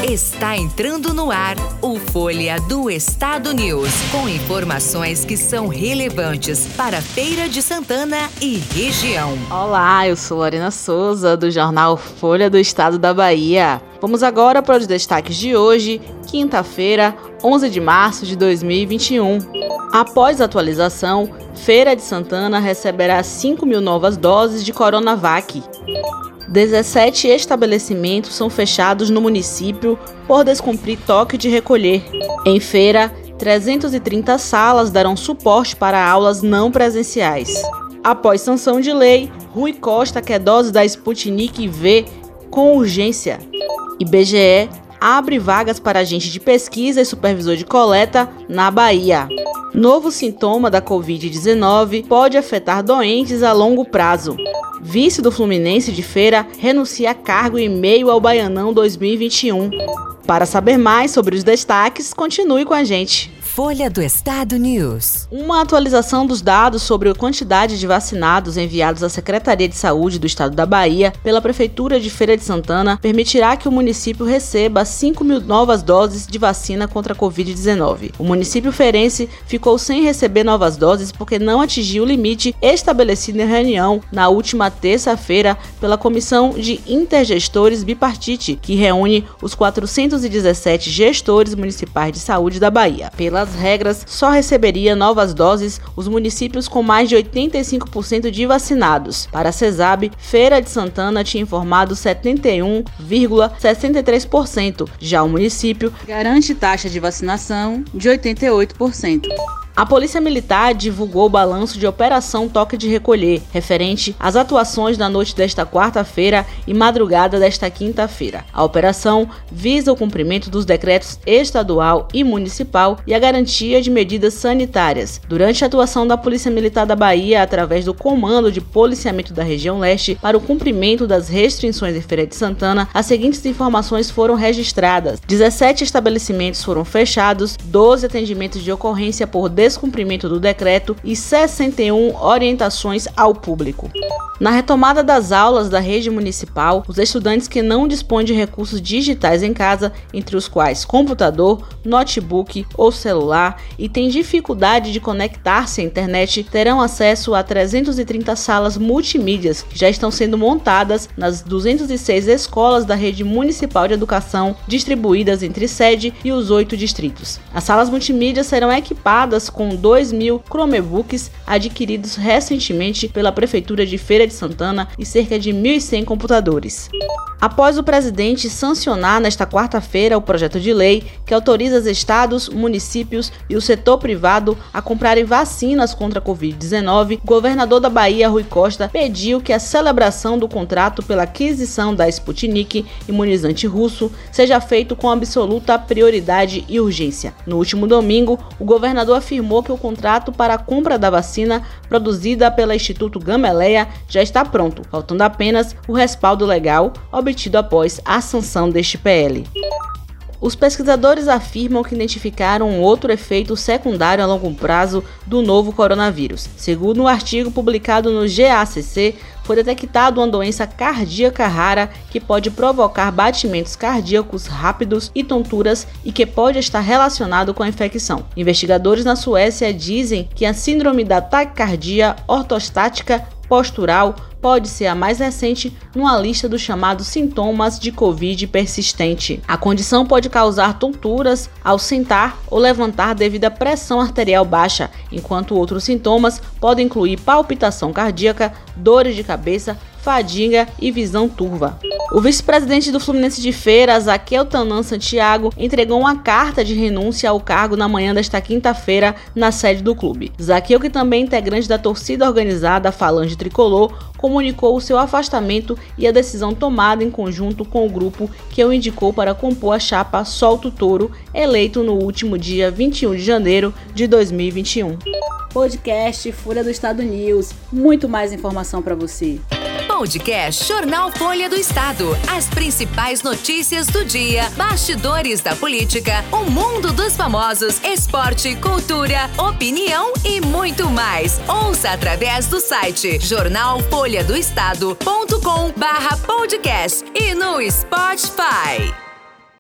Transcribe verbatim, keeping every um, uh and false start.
Está entrando no ar o Folha do Estado News, com informações que são relevantes para Feira de Santana e região. Olá, eu sou Lorena Souza, do jornal Folha do Estado da Bahia. Vamos agora para os destaques de hoje, quinta-feira, onze de março de dois mil e vinte e um. Após a atualização, Feira de Santana receberá cinco mil novas doses de Coronavac. dezessete estabelecimentos são fechados no município por descumprir toque de recolher. Em feira, trezentas e trinta salas darão suporte para aulas não presenciais. Após sanção de lei, Rui Costa quer dose da Sputnik V com urgência. I B G E abre vagas para agente de pesquisa e supervisor de coleta na Bahia. Novo sintoma da covid dezenove pode afetar doentes a longo prazo. Vice do Fluminense de Feira renuncia a cargo em meio ao Baianão dois mil e vinte e um. Para saber mais sobre os destaques, continue com a gente. Folha do Estado News. Uma atualização dos dados sobre a quantidade de vacinados enviados à Secretaria de Saúde do Estado da Bahia pela Prefeitura de Feira de Santana permitirá que o município receba cinco mil novas doses de vacina contra a covid dezenove. O município feirense ficou sem receber novas doses porque não atingiu o limite estabelecido em reunião na última terça-feira pela Comissão de Intergestores Bipartite, que reúne os quatrocentos e dezessete gestores municipais de saúde da Bahia. Pela Pelas regras, só receberia novas doses os municípios com mais de oitenta e cinco por cento de vacinados. Para a CESAB, Feira de Santana tinha informado setenta e um vírgula sessenta e três por cento. Já o município garante taxa de vacinação de oitenta e oito por cento. A Polícia Militar divulgou o balanço de Operação Toque de Recolher, referente às atuações na noite desta quarta-feira e madrugada desta quinta-feira. A operação visa o cumprimento dos decretos estadual e municipal e a garantia de medidas sanitárias. Durante a atuação da Polícia Militar da Bahia, através do Comando de Policiamento da Região Leste, para o cumprimento das restrições em Feira de Santana, as seguintes informações foram registradas. dezessete estabelecimentos foram fechados, doze atendimentos de ocorrência por descumprimento do decreto e sessenta e uma orientações ao público. Na retomada das aulas da rede municipal, os estudantes que não dispõem de recursos digitais em casa, entre os quais computador, notebook ou celular, e têm dificuldade de conectar-se à internet, terão acesso a trezentas e trinta salas multimídias que já estão sendo montadas nas duzentas e seis escolas da rede municipal de educação, distribuídas entre sede e os oito distritos. As salas multimídias serão equipadas com dois mil Chromebooks adquiridos recentemente pela Prefeitura de Feira de Santana e cerca de mil e cem computadores. Após o presidente sancionar nesta quarta-feira o projeto de lei que autoriza os estados, municípios e o setor privado a comprarem vacinas contra a covid dezenove, o governador da Bahia, Rui Costa, pediu que a celebração do contrato pela aquisição da Sputnik, imunizante russo, seja feito com absoluta prioridade e urgência. No último domingo, o governador afirmou que o contrato para a compra da vacina produzida pelo Instituto Gamaleia já está pronto, faltando apenas o respaldo legal obtido após a sanção deste P L. Os pesquisadores afirmam que identificaram um outro efeito secundário a longo prazo do novo coronavírus. Segundo um artigo publicado no G A C C, foi detectada uma doença cardíaca rara que pode provocar batimentos cardíacos rápidos e tonturas e que pode estar relacionado com a infecção. Investigadores na Suécia dizem que a síndrome da taquicardia ortostática postural pode ser a mais recente numa lista dos chamados sintomas de Covid persistente. A condição pode causar tonturas ao sentar ou levantar devido à pressão arterial baixa, enquanto outros sintomas podem incluir palpitação cardíaca, dores de cabeça, fadiga e visão turva. O vice-presidente do Fluminense de Feira, Zaqueu Tanan Santiago, entregou uma carta de renúncia ao cargo na manhã desta quinta-feira na sede do clube. Zaqueu, que também é integrante da torcida organizada Falange Tricolor, comunicou o seu afastamento e a decisão tomada em conjunto com o grupo que o indicou para compor a chapa Solta o Touro, eleito no último dia vinte e um de janeiro de dois mil e vinte e um. Podcast Folha do Estado News. Muito mais informação para você. Podcast Jornal Folha do Estado. As principais notícias do dia, bastidores da política, o mundo dos famosos, esporte, cultura, opinião e muito mais. Ouça através do site jornal folha do estado ponto com barra podcast e no Spotify.